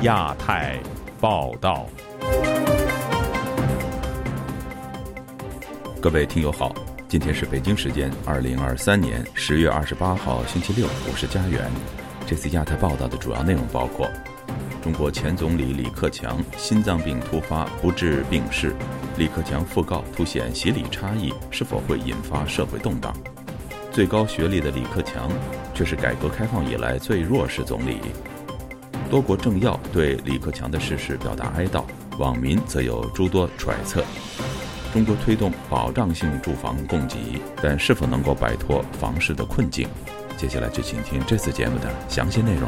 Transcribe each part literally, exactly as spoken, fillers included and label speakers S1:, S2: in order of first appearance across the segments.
S1: 亚太报道。各位听友好，今天是北京时间二零二三年十月二十八号星期六，我是家园。这次亚太报道的主要内容包括：中国前总理李克强心脏病突发不治病逝，李克强讣告凸显习李差异是否会引发社会动荡？最高学历的李克强却是改革开放以来最弱势总理。多国政要对李克强的逝世表达哀悼，网民则有诸多揣测。中国推动保障性住房供给，但是否能够摆脱房市的困境？接下来就请听这次节目的详细内容。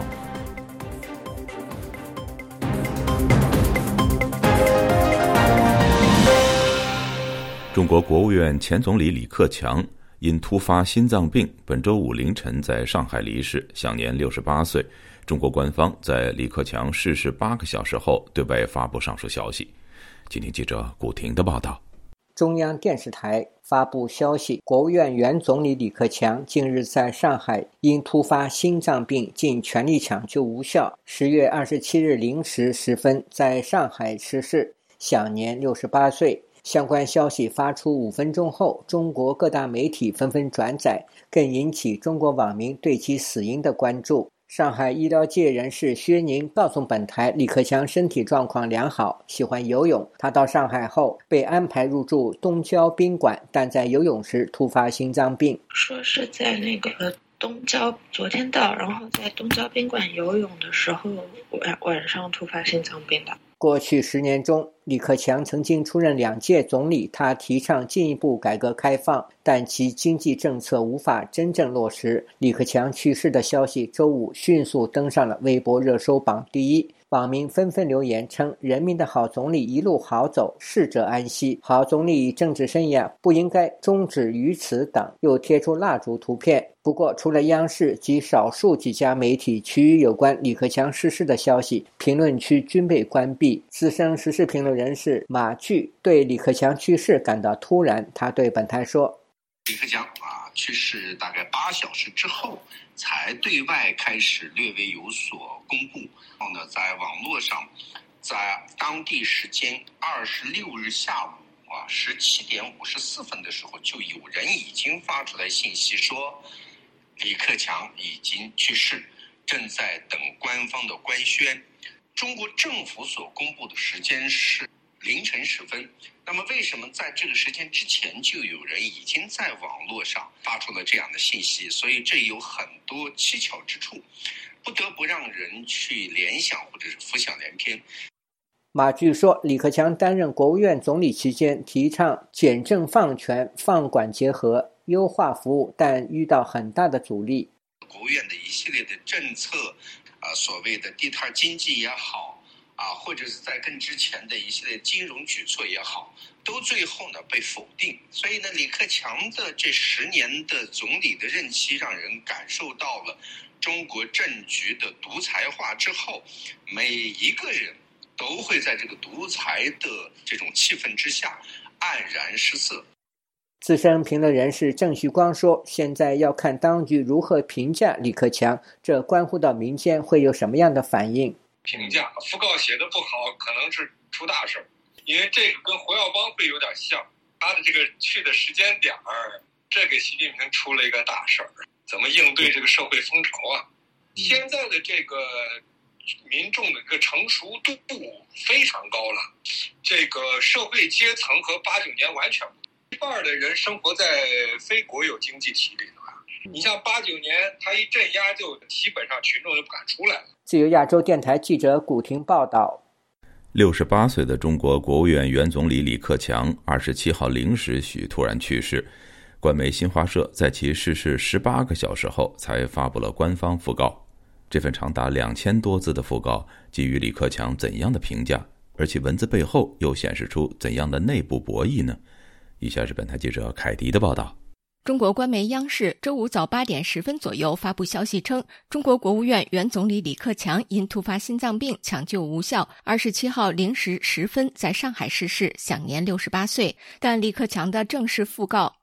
S1: 中国国务院前总理李克强因突发心脏病，本周五凌晨在上海离世，享年六十八岁。中国官方在李克强逝世八个小时后对外发布上述消息。请听记者古婷的报道。
S2: 中央电视台发布消息，国务院原总理李克强近日在上海因突发心脏病尽全力抢救无效，十月二十七日零时十分在上海逝世，享年六十八岁。相关消息发出五分钟后，中国各大媒体纷纷转载，更引起中国网民对其死因的关注。上海医疗界人士薛宁告诉本台，李克强身体状况良好，喜欢游泳。他到上海后被安排入住东郊宾馆，但在游泳时突发心脏病。
S3: 说是在那个东郊昨天到，然后在东郊宾馆游泳的时候晚晚上突发心脏病的。
S2: 过去十年中，李克强曾经出任两届总理，他提倡进一步改革开放，但其经济政策无法真正落实。李克强去世的消息周五迅速登上了微博热搜榜第一，网民纷纷留言称，人民的好总理一路好走，逝者安息，好总理政治生涯不应该终止于此等，又贴出蜡烛图片。不过除了央视及少数几家媒体，其余有关李克强逝世的消息评论区均被关闭。资深时事评论人士马炬对李克强去世感到突然，他对本台说，
S4: 李克强啊去世大概八小时之后才对外开始略微有所公布，然后呢在网络上在当地时间二十六日下午啊十七点五十四分的时候，就有人已经发出来信息说李克强已经去世，正在等官方的官宣。中国政府所公布的时间是凌晨时分，那么为什么在这个时间之前就有人已经在网络上发出了这样的信息？所以这有很多蹊跷之处，不得不让人去联想或者是浮想联翩。
S2: 马炬说，李克强担任国务院总理期间提倡简政放权、放管结合，优化服务，但遇到很大的阻力。
S4: 国务院的一系列的政策啊，所谓的地摊经济也好啊，或者是在更之前的一系列金融举措也好，都最后呢被否定。所以呢，李克强的这十年的总理的任期，让人感受到了中国政局的独裁化之后，每一个人都会在这个独裁的这种气氛之下黯然失色。
S2: 资深评论人士郑旭光说，现在要看当局如何评价李克强，这关乎到民间会有什么样的反应。
S5: 评价讣告写的不好，可能是出大事，因为这个跟胡耀邦会有点像，他的这个去的时间点儿，这给习近平出了一个大事儿，怎么应对这个社会风潮啊？现在的这个民众的一个成熟度非常高了，这个社会阶层和八九年完全不同，一半的人生活在非国有经济体里头啊。你像八九年他一镇压，就基本上群众就不敢出来了。
S2: 自由亚洲电台记者古婷报道。
S1: 六十八岁的中国国务院原总理李克强二十七号零时许突然去世，官媒新华社在其逝世十八个小时后才发布了官方讣告。这份长达两千多字的讣告给予李克强怎样的评价？而其文字背后又显示出怎样的内部博弈呢？以下是本台记者凯迪的报道。
S6: 中国官媒央视周五早八点十分左右发布消息称，中国国务院原总理李克强因突发心脏病抢救无效，二十七号零时十分在上海逝世，享年六十八岁。但李克强的正式讣告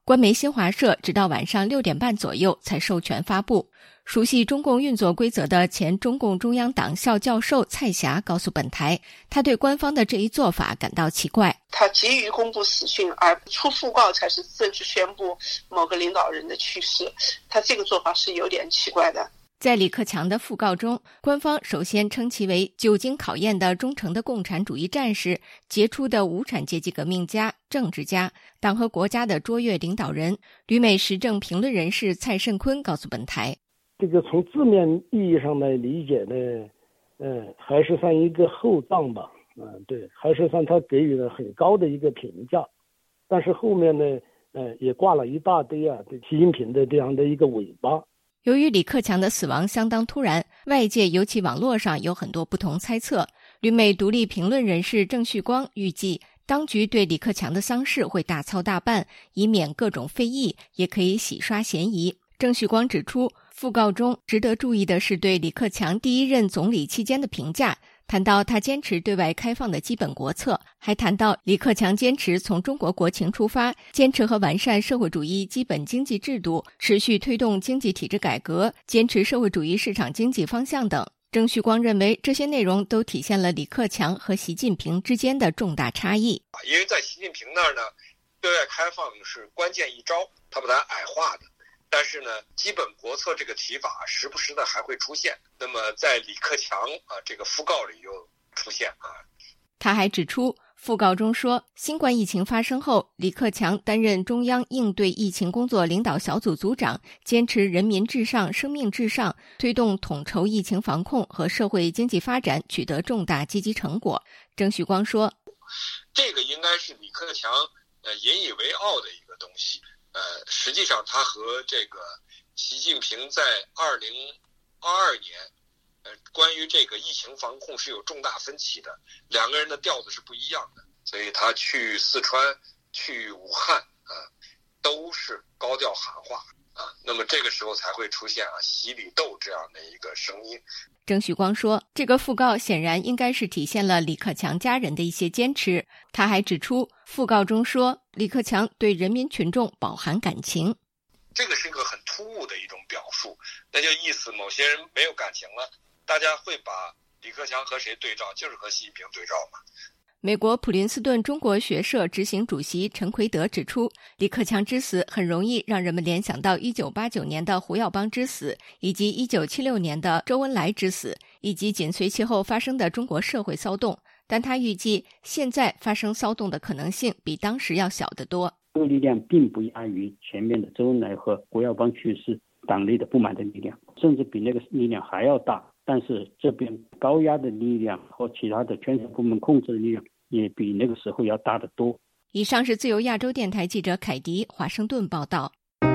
S6: 官媒新华社直到晚上六点半左右才授权发布。熟悉中共运作规则的前中共中央党校教授蔡霞告诉本台，他对官方的这一做法感到奇怪。
S7: 他急于公布死讯，而出讣告才是正式宣布某个领导人的去世，他这个做法是有点奇怪的。
S6: 在李克强的讣告中，官方首先称其为久经考验的忠诚的共产主义战士、杰出的无产阶级革命家、政治家、党和国家的卓越领导人。旅美时政评论人士蔡慎坤告诉本台，
S8: 这个从字面意义上来理解呢，嗯，还是算一个厚葬吧，嗯，对，还是算他给予了很高的一个评价，但是后面呢，呃，也挂了一大堆啊，对习近平的这样的一个尾巴。
S6: 由于李克强的死亡相当突然，外界尤其网络上有很多不同猜测。旅美独立评论人士郑旭光预计，当局对李克强的丧事会大操大办，以免各种非议，也可以洗刷嫌疑。郑旭光指出，讣告中值得注意的是对李克强第一任总理期间的评价，谈到他坚持对外开放的基本国策，还谈到李克强坚持从中国国情出发，坚持和完善社会主义基本经济制度，持续推动经济体制改革，坚持社会主义市场经济方向等。郑旭光认为，这些内容都体现了李克强和习近平之间的重大差异。
S5: 因为在习近平那儿呢，对外开放是关键一招，他把它矮化的。但是呢，基本国策这个提法时不时的还会出现，那么在李克强啊这个讣告里又出现啊。
S6: 他还指出，讣告中说，新冠疫情发生后，李克强担任中央应对疫情工作领导小组组长，坚持人民至上、生命至上，推动统筹疫情防控和社会经济发展取得重大积极成果。郑旭光说，
S5: 这个应该是李克强呃引以为傲的一个东西。呃，实际上他和这个习近平在二零二二年，呃，关于这个疫情防控是有重大分歧的，两个人的调子是不一样的，所以他去四川、去武汉啊、呃，都是高调喊话啊，那么这个时候才会出现啊习李斗这样的一个声音。
S6: 郑旭光说，这个讣告显然应该是体现了李克强家人的一些坚持。他还指出，讣告中说，李克强对人民群众饱含感情。
S5: 这个是一个很突兀的一种表述，那就意思某些人没有感情了，大家会把李克强和谁对照，就是和习近平对照嘛。
S6: 美国普林斯顿中国学社执行主席陈奎德指出，李克强之死很容易让人们联想到一九八九年的胡耀邦之死，以及一九七六年的周恩来之死，以及紧随其后发生的中国社会骚动。但他预计，现在发生骚动的可能性比当时要小得多。
S9: 这个力量并不亚于前面的周恩来和胡耀邦去世党内的不满的力量，甚至比那个力量还要大。但是这边高压的力量和其他的权力部门控制的力量也比那个时候要大得多。
S6: 以上是自由亚洲电台记者凯迪华盛顿报道。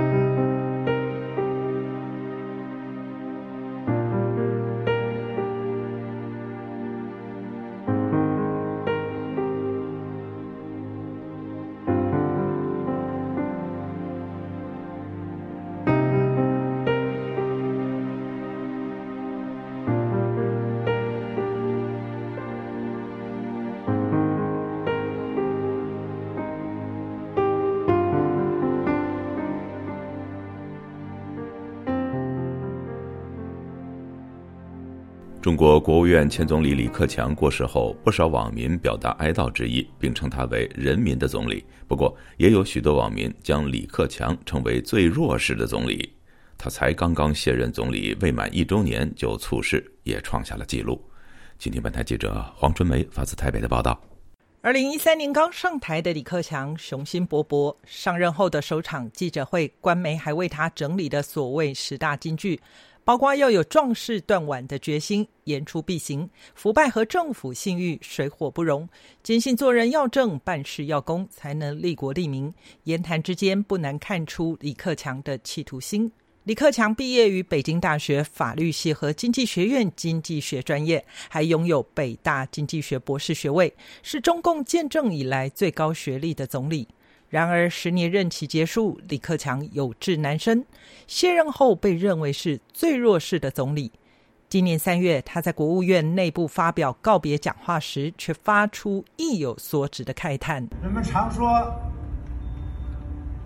S1: 中国国务院前总理李克强过世后，不少网民表达哀悼之意，并称他为人民的总理。不过，也有许多网民将李克强称为最弱势的总理。他才刚刚卸任总理未满一周年就猝逝，也创下了纪录。请听本台记者黄春梅发自台北的报道。
S10: 二零一三年刚上台的李克强雄心勃勃，上任后的首场记者会，官媒还为他整理的所谓十大金句，包括要有壮士断腕的决心，言出必行，腐败和政府信誉水火不容，坚信做人要正，办事要公，才能利国利民。言谈之间不难看出李克强的企图心。李克强毕业于北京大学法律系和经济学院经济学专业，还拥有北大经济学博士学位，是中共建政以来最高学历的总理。然而十年任期结束，李克强有志难伸，卸任后被认为是最弱势的总理。今年三月，他在国务院内部发表告别讲话时，却发出意有所指的慨叹。
S11: 人们常说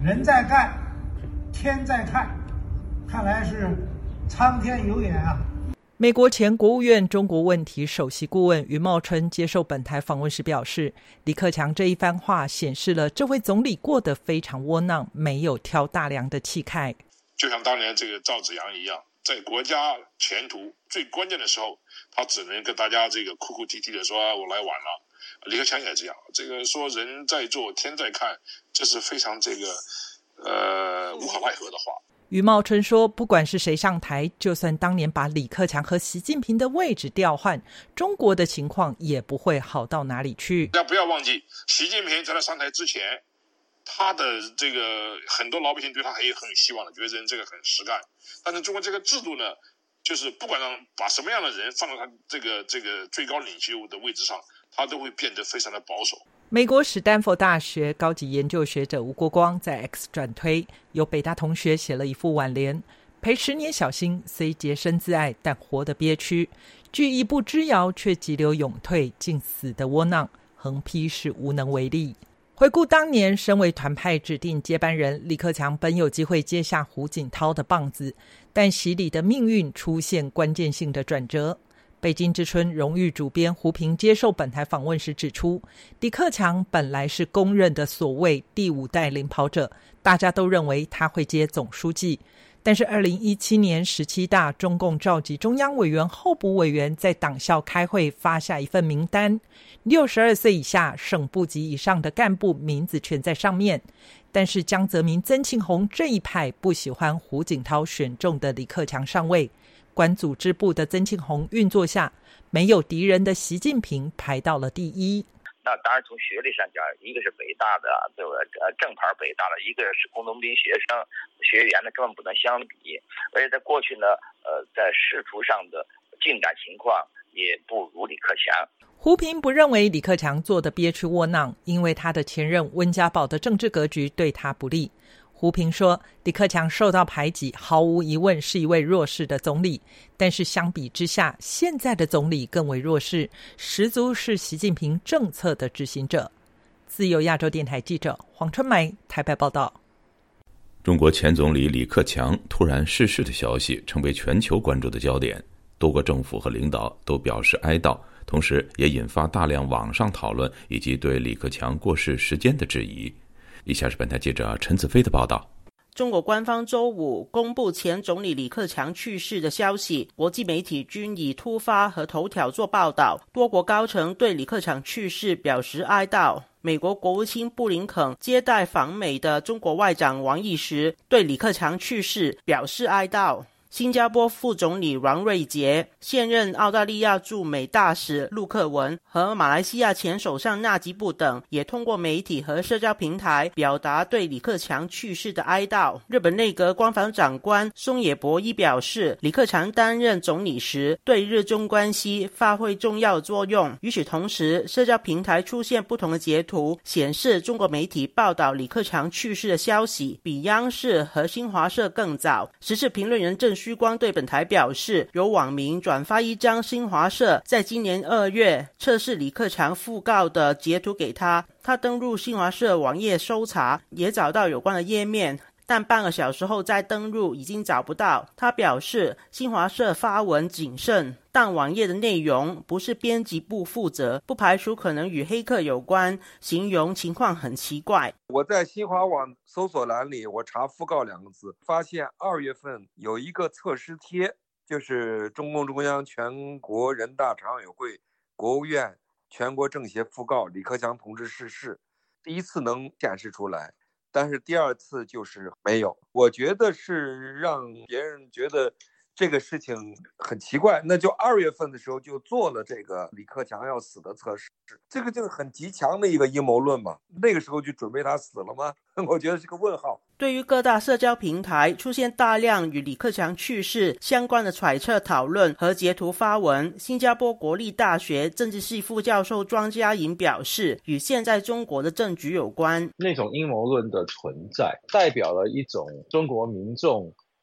S11: 人在干，天在看，看来是苍天有眼啊。
S10: 美国前国务院中国问题首席顾问余茂春接受本台访问时表示，李克强这一番话显示了这位总理过得非常窝囊，没有挑大梁的气概。
S12: 就像当年这个赵紫阳一样，在国家前途最关键的时候，他只能跟大家这个哭哭啼啼的说我来晚了。李克强也这样，这个说人在做天在看，这是非常这个呃无可奈何的话。
S10: 余茂春说，不管是谁上台，就算当年把李克强和习近平的位置调换，中国的情况也不会好到哪里去。
S12: 大家不要忘记，习近平在他上台之前，他的这个很多老百姓对他还有很有希望的，觉得人这个很实干。但是中国这个制度呢，就是不管让把什么样的人放到他这个这个最高领袖的位置上，他都会变得非常的保守。
S10: 美国史丹佛大学高级研究学者吴国光在 X 转推，有北大同学写了一副挽联：陪十年小心，虽洁身自爱，但活得憋屈；据一步之遥，却急流勇退，竟死的窝囊，横批是无能为力。回顾当年，身为团派指定接班人，李克强本有机会接下胡锦涛的棒子，但习李的命运出现关键性的转折。北京之春荣誉主编胡平接受本台访问时指出，李克强本来是公认的所谓第五代领跑者，大家都认为他会接总书记。但是二零一七年十七大，中共召集中央委员候补委员在党校开会发下一份名单，六十二岁以下省部级以上的干部名字全在上面。但是江泽民、曾庆红这一派不喜欢胡锦涛选中的李克强上位，官组织部的曾庆红运作下，没有敌人的习近平排到了第一。
S13: 那当然从学历上讲，一个是北大的这个呃正牌北大的，一个是工农兵学生学员呢，根本不能相比。而且在过去呢，呃，在仕途上的进展情况也不如李克强。
S10: 胡平不认为李克强做的憋屈窝囊，因为他的前任温家宝的政治格局对他不利。胡平说，李克强受到排挤，毫无疑问是一位弱势的总理，但是相比之下，现在的总理更为弱势，十足是习近平政策的执行者。自由亚洲电台记者黄春梅台北报道。
S1: 中国前总理李克强突然逝世的消息成为全球关注的焦点，多个政府和领导都表示哀悼，同时也引发大量网上讨论以及对李克强过世时间的质疑。以下是本台记者陈子飞的报道。
S14: 中国官方周五公布前总理李克强去世的消息，国际媒体均以突发和头条做报道，多国高层对李克强去世表示哀悼。美国国务卿布林肯接待访美的中国外长王毅时，对李克强去世表示哀悼。新加坡副总理阮瑞杰、现任澳大利亚驻美大使陆克文和马来西亚前首相纳吉布等也通过媒体和社交平台表达对李克强去世的哀悼。日本内阁官房长官松野博一表示，李克强担任总理时对日中关系发挥重要作用。与此同时，社交平台出现不同的截图，显示中国媒体报道李克强去世的消息比央视和新华社更早。时事评论人郑虚光对本台表示，有网民转发一张新华社在今年二月测试李克强讣告的截图给他，他登入新华社网页搜查，也找到有关的页面，但半个小时后再登入已经找不到。他表示，新华社发文谨慎，但网页的内容不是编辑部负责，不排除可能与黑客有关，形容情况很奇怪。
S15: 我在新华网搜索栏里，我查讣告两个字，发现二月份有一个测试贴，就是中共中央、全国人大常委会、国务院、全国政协讣告李克强同志逝世，第一次能显示出来，但是第二次就是没有。我觉得是让别人觉得这个事情很奇怪，那就二月份的时候就做了这个李克强要死的测试，这个就是很极强的一个阴谋论嘛。那个时候就准备他死了吗？我觉得是个问号。
S14: 对于各大社交平台出现大量与李克强去世相关的揣测讨论和截图发文，新加坡国立大学政治系副教授庄家颖表示，与现在中国的政局有关。
S16: 那种阴谋论的存在，代表了一种中国民众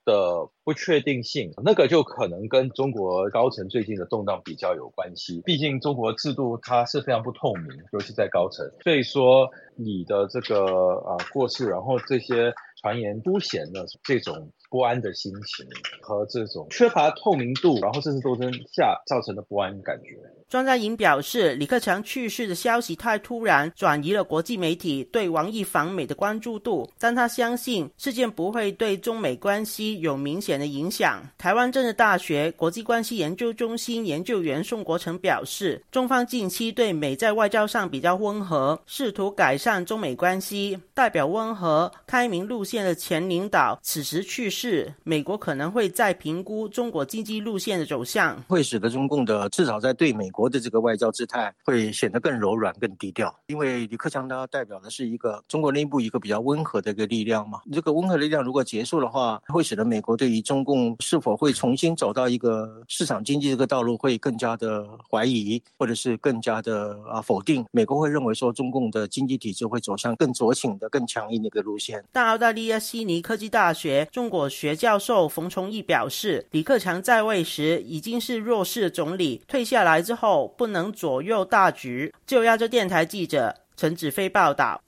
S16: 的不确定性，那个就可能跟中国高层最近的动荡比较有关系。毕竟中国制度它是非常不透明，尤其在高层，所以说你的这个呃过世，然后这些传言凸显了这种不安的心情和这种缺乏透明度，然后政治斗争下造成的不安感觉。
S14: 庄家颖表示，李克强去世的消息太突然，转移了国际媒体对王毅访美的关注度，但他相信事件不会对中美关系有明显的影响。台湾政治大学国际关系研究中心研究员宋国成表示，中方近期对美在外交上比较温和，试图改善中美关系。代表温和开明路线的前领导此时去世，美国可能会再评估中国经济路线的走向，
S17: 会使得中共的至少在对美国的这个外交姿态会显得更柔软更低调。因为李克强他代表的是一个中国内部一个比较温和的一个力量嘛，这个温和力量如果结束的话，会使得美国对于中共是否会重新走到一个市场经济这个道路会更加的怀疑，或者是更加的啊否定。美国会认为说中共的经济体制会走向更左倾的更强硬的一个路线。
S14: 但澳大利亚悉尼科技大学中国学教授冯崇义表示，李克强在位时已经是弱势总理，退下来之后不能左右大局。就亚洲电台记者陈子飞报道。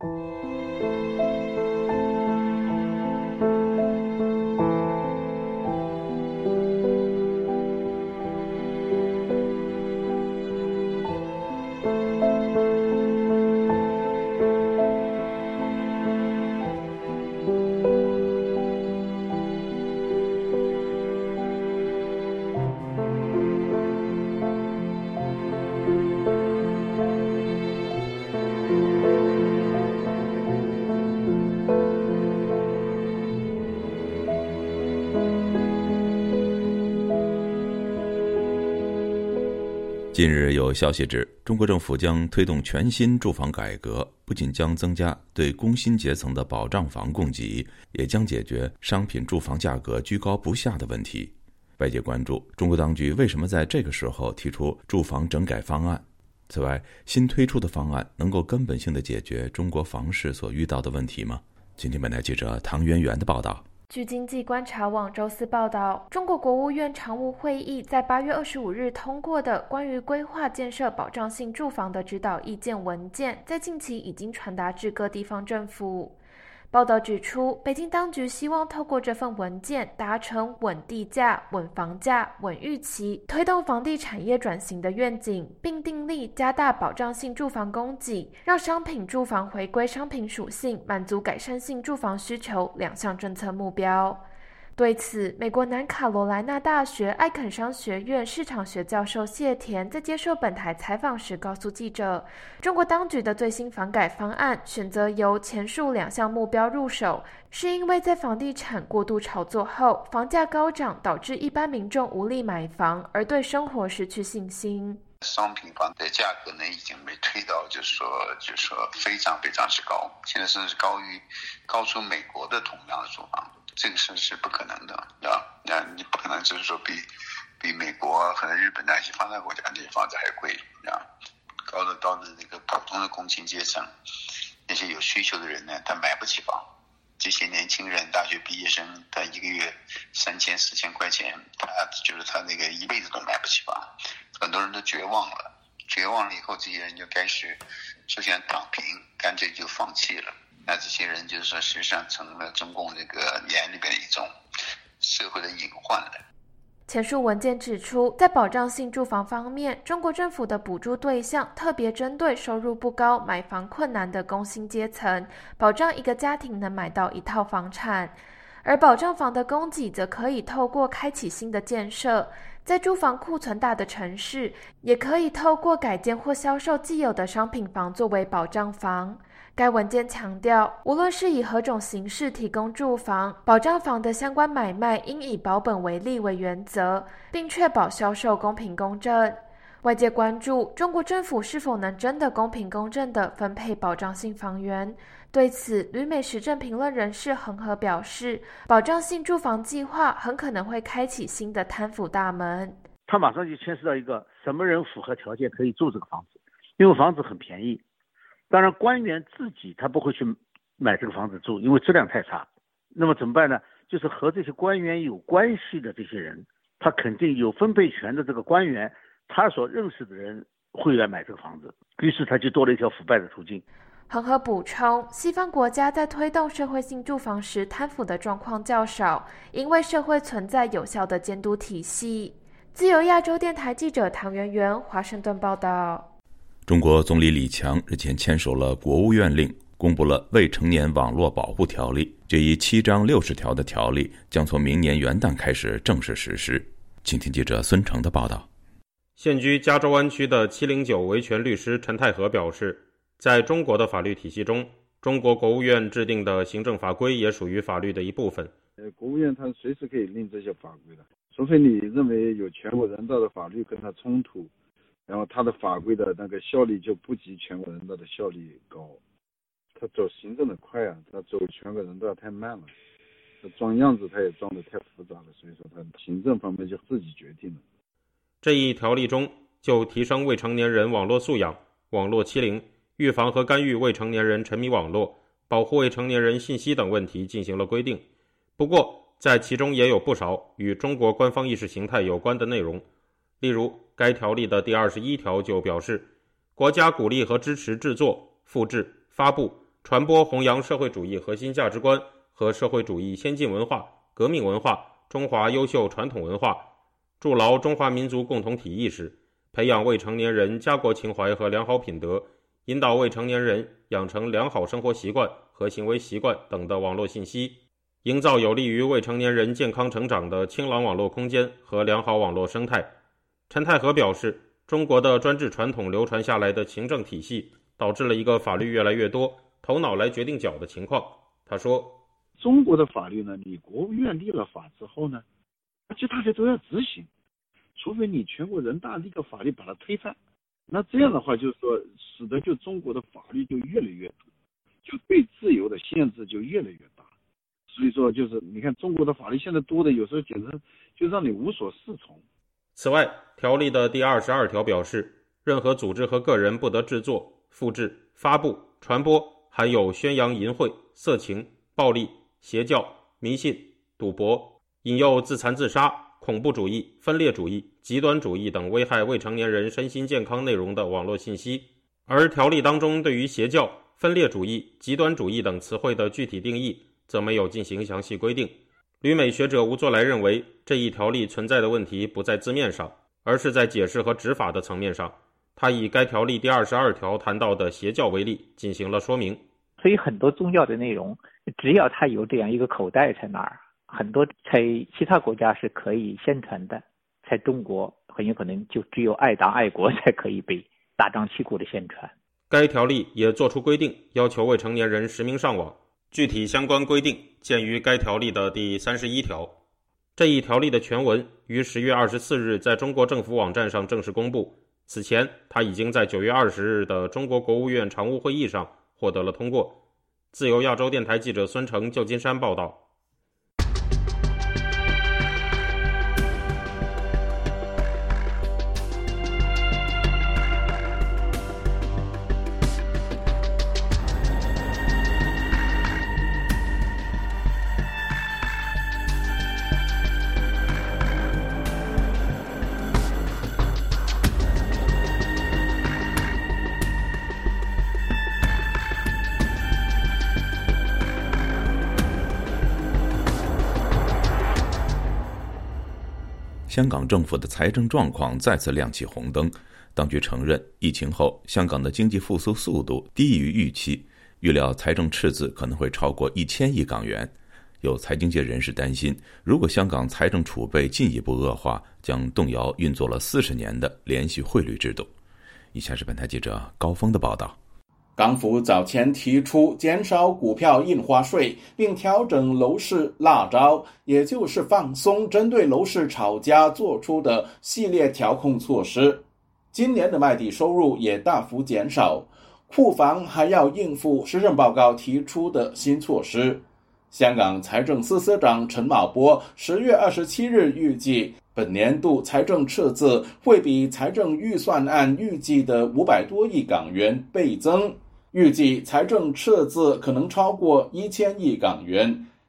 S1: 近日有消息指，中国政府将推动全新住房改革，不仅将增加对工薪阶层的保障房供给，也将解决商品住房价格居高不下的问题。外界关注中国当局为什么在这个时候提出住房整改方案。此外，新推出的方案能够根本性地解决中国房市所遇到的问题吗？今天本台记者唐媛媛的报道。
S18: 据经济观察网周四报道，中国国务院常务会议在八月二十五日通过的关于规划建设保障性住房的指导意见文件，在近期已经传达至各地方政府。报道指出，北京当局希望透过这份文件达成稳地价、稳房价、稳预期，推动房地产业转型的愿景，并订立加大保障性住房供给，让商品住房回归商品属性，满足改善性住房需求两项政策目标。对此，美国南卡罗来纳大学艾肯商学院市场学教授谢田在接受本台采访时告诉记者，中国当局的最新房改方案选择由前述两项目标入手，是因为在房地产过度炒作后，房价高涨导致一般民众无力买房，而对生活失去信心。
S19: 商品房的价格呢，已经被推到就是说就是说非常非常之高，现在甚至高于高出美国的同样的住房，这个是是不可能的，对吧？那你不可能就是说比比美国和日本那些发达国家那些房子还贵，对吧？高的到的那个普通的工薪阶层，那些有需求的人呢，他买不起房。这些年轻人，大学毕业生，他一个月三千四千块钱，他就是他那个一辈子都买不起房，很多人都绝望了，绝望了以后，这些人就开始就想躺平，干脆就放弃了。那这些人就是说，实际上成了中共这个眼里边一种社会的隐患了。
S18: 前述文件指出，在保障性住房方面，中国政府的补助对象特别针对收入不高、买房困难的工薪阶层，保障一个家庭能买到一套房产。而保障房的供给则可以透过开启新的建设，在住房库存大的城市，也可以透过改建或销售既有的商品房作为保障房。该文件强调，无论是以何种形式提供住房，保障房的相关买卖应以保本为利为原则，并确保销售公平公正。外界关注中国政府是否能真的公平公正地分配保障性房源。对此，旅美时政评论人士恒河表示，保障性住房计划很可能会开启新的贪腐大门。
S20: 它马上就牵涉到一个什么人符合条件可以住这个房子，因为房子很便宜。当然官员自己他不会去买这个房子住，因为质量太差。那么怎么办呢？ 就是和这些官员有关系的这些人，他肯定有分配权的这个官员，他所认识的人会来买这个房子，于是他就多了一条腐败的途径。
S18: 恒河补充，西方国家在推动社会性住房时贪腐的状况较少，因为社会存在有效的监督体系。自由亚洲电台记者唐媛媛华盛顿报道。
S1: 中国总理李强日前签署了国务院令，公布了《未成年网络保护条例》，这一七章六十条的条例将从明年元旦开始正式实施。请听记者孙成的报道。
S21: 现居加州湾区的七零九维权律师陈泰和表示，在中国的法律体系中，中国国务院制定的行政法规也属于法律的一部分。
S22: 呃，国务院它随时可以令这些法规的，除非你认为有全国人大的法律跟它冲突，然后它的法规的那个效力就不及全国人大的效力高。它走行政的快啊，它走全国人大太慢了，它装样子它也装得太复杂了，所以说它行政方面就自己决定了。
S21: 这一条例中就提升未成年人网络素养、网络欺凌、预防和干预未成年人沉迷网络、保护未成年人信息等问题进行了规定。不过，在其中也有不少与中国官方意识形态有关的内容。例如，该条例的第二十一条就表示，国家鼓励和支持制作、复制、发布、传播弘扬社会主义核心价值观和社会主义先进文化、革命文化、中华优秀传统文化，筑牢中华民族共同体意识，培养未成年人家国情怀和良好品德，引导未成年人养成良好生活习惯和行为习惯等的网络信息，营造有利于未成年人健康成长的清朗网络空间和良好网络生态。陈泰和表示，中国的专制传统流传下来的行政体系，导致了一个法律越来越多头脑来决定脚的情况。他说，
S22: 中国的法律呢，你国务院立了法之后呢，就大家都要执行，除非你全国人大立个法律把它推翻，那这样的话就是说，使得就中国的法律就越来越多，就对自由的限制就越来越大。所以说就是你看中国的法律现在多的有时候简直就让你无所适从。
S21: 此外，条例的第二十二条表示，任何组织和个人不得制作、复制、发布、传播含有宣扬淫秽、色情、暴力、邪教、迷信、赌博、引诱自残自杀、恐怖主义、分裂主义、极端主义等危害未成年人身心健康内容的网络信息。而条例当中对于邪教、分裂主义、极端主义等词汇的具体定义则没有进行详细规定。旅美学者吴作来认为，这一条例存在的问题不在字面上，而是在解释和执法的层面上。他以该条例第二十二条谈到的邪教为例进行了说明。
S23: 所以很多宗教的内容，只要它有这样一个口袋在那儿，很多在其他国家是可以宣传的，在中国很有可能就只有爱党爱国才可以被大张旗鼓的宣传。
S21: 该条例也作出规定，要求未成年人实名上网，具体相关规定见于该条例的第三十一条。这一条例的全文于十月二十四日在中国政府网站上正式公布，此前它已经在九月二十日的中国国务院常务会议上获得了通过。自由亚洲电台记者孙成，旧金山报道。
S1: 香港政府的财政状况再次亮起红灯，当局承认疫情后香港的经济复苏速度低于预期，预料财政赤字可能会超过一千亿港元。有财经界人士担心，如果香港财政储备进一步恶化，将动摇运作了四十年的连续汇率制度。以下是本台记者高峰的报道。
S24: 港府早前提出减少股票印花税，并调整楼市辣招，也就是放松针对楼市炒家做出的系列调控措施。今年的卖地收入也大幅减少，库房还要应付施政报告提出的新措施。香港财政司司长陈茂波十月二十七日预计，本年度财政赤字会比财政预算案预计的五百多亿港元倍增，预计财政赤字可能超过一千亿港元，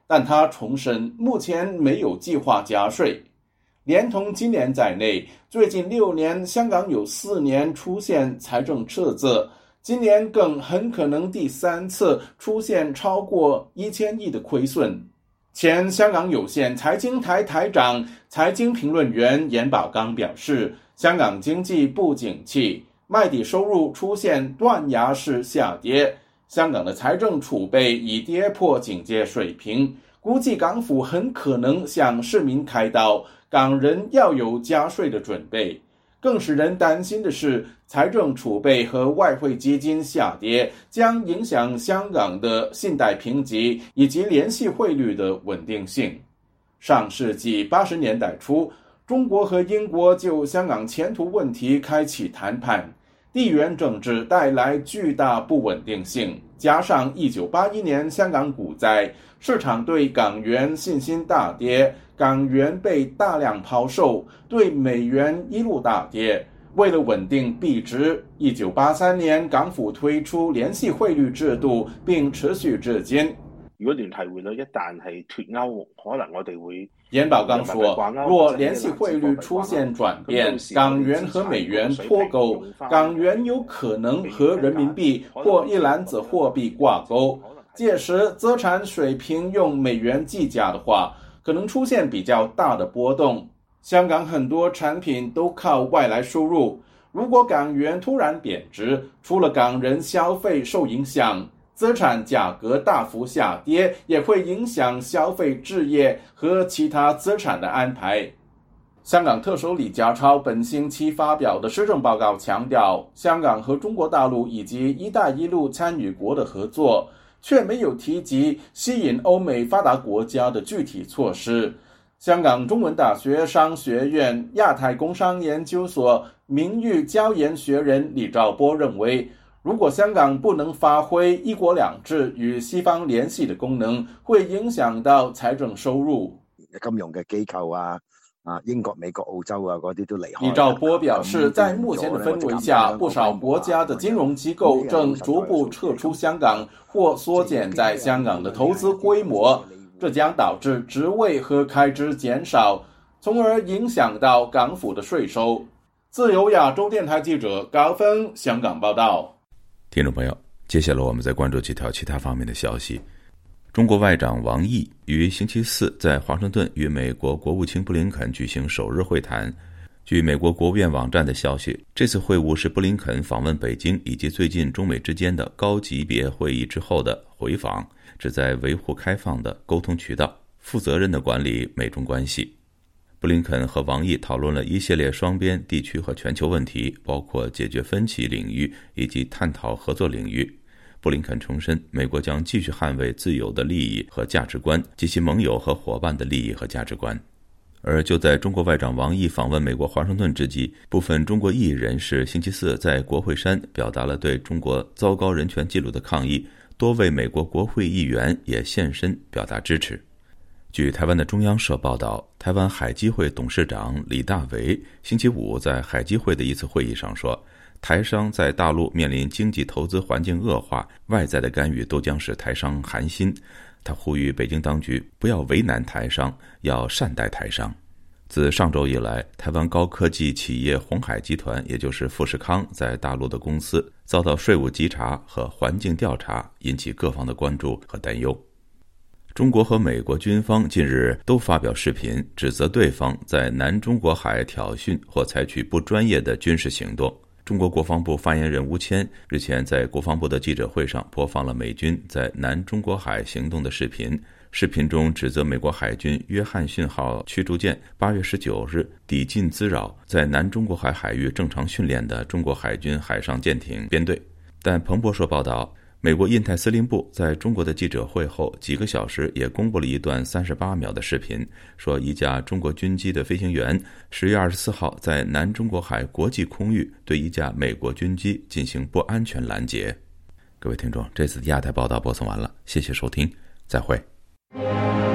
S24: 但他重申目前没有计划加税。连同今年在内，最近六年香港有四年出现财政赤字，今年更很可能第三次出现超过一千亿的亏损。前香港有线财经台台长、财经评论员严宝刚表示，香港经济不景气，卖地收入出现断崖式下跌，香港的财政储备已跌破警戒水平，估计港府很可能向市民开刀，港人要有加税的准备。更使人担心的是，财政储备和外汇基金下跌将影响香港的信贷评级以及联系汇率的稳定性。上世纪八十年代初，中国和英国就香港前途问题开启谈判，地缘政治带来巨大不稳定性，加上一九八一年香港股灾，市场对港元信心大跌，港元被大量抛售，对美元一路大跌。为了稳定币值，一九八三年港府推出联繫汇率制度，并持续至今。
S2: 如果聯繫匯率一旦係脫歐，可能我哋會。
S24: 严宝刚说，若联系汇率出现转变，港元和美元脱钩，港元有可能和人民币或一篮子货币挂钩，届时资产水平用美元计价的话，可能出现比较大的波动。香港很多产品都靠外来输入，如果港元突然贬值，除了港人消费受影响，资产价格大幅下跌，也会影响消费置业和其他资产的安排。香港特首李家超本星期发表的施政报告强调，香港和中国大陆以及一带一路参与国的合作，却没有提及吸引欧美发达国家的具体措施。香港中文大学商学院亚太工商研究所名誉教研学人李兆波认为，如果香港不能發揮一國兩制與西方聯繫的功能，會影響到財政收入。
S3: 金融嘅機構啊，啊英國、美國、澳洲啊嗰啲都離開。
S24: 李兆波表示，在目前的氛圍下，不少國家的金融機構正逐步撤出香港或縮減在香港的投資規模，這將導致職位和開支減少，從而影響到港府的稅收。自由亞洲電台記者高峰香港報道。
S1: 听众朋友，接下来我们再关注几条其他方面的消息。中国外长王毅于星期四在华盛顿与美国国务卿布林肯举行首日会谈。据美国国务院网站的消息，这次会晤是布林肯访问北京以及最近中美之间的高级别会议之后的回访，旨在维护开放的沟通渠道，负责任地管理美中关系。布林肯和王毅讨论了一系列双边、地区和全球问题，包括解决分歧领域以及探讨合作领域。布林肯重申，美国将继续捍卫自由的利益和价值观及其盟友和伙伴的利益和价值观。而就在中国外长王毅访问美国华盛顿之际，部分中国异议人士星期四在国会山表达了对中国糟糕人权记录的抗议，多位美国国会议员也现身表达支持。据台湾的中央社报道，台湾海基会董事长李大为星期五在海基会的一次会议上说，台商在大陆面临经济投资环境恶化，外在的干预都将使台商寒心。他呼吁北京当局不要为难台商，要善待台商。自上周以来，台湾高科技企业鸿海集团，也就是富士康在大陆的公司遭到税务稽查和环境调查，引起各方的关注和担忧。中国和美国军方近日都发表视频，指责对方在南中国海挑衅或采取不专业的军事行动。中国国防部发言人吴谦日前在国防部的记者会上播放了美军在南中国海行动的视频，视频中指责美国海军约翰逊号驱逐舰八月十九日抵近滋扰在南中国海海域正常训练的中国海军海上舰艇编队。但彭博社报道，美国印太司令部在中国的记者会后几个小时也公布了一段三十八秒的视频，说一架中国军机的飞行员十月二十四号在南中国海国际空域对一架美国军机进行不安全拦截。各位听众，这次的亚太报道播送完了，谢谢收听，再会。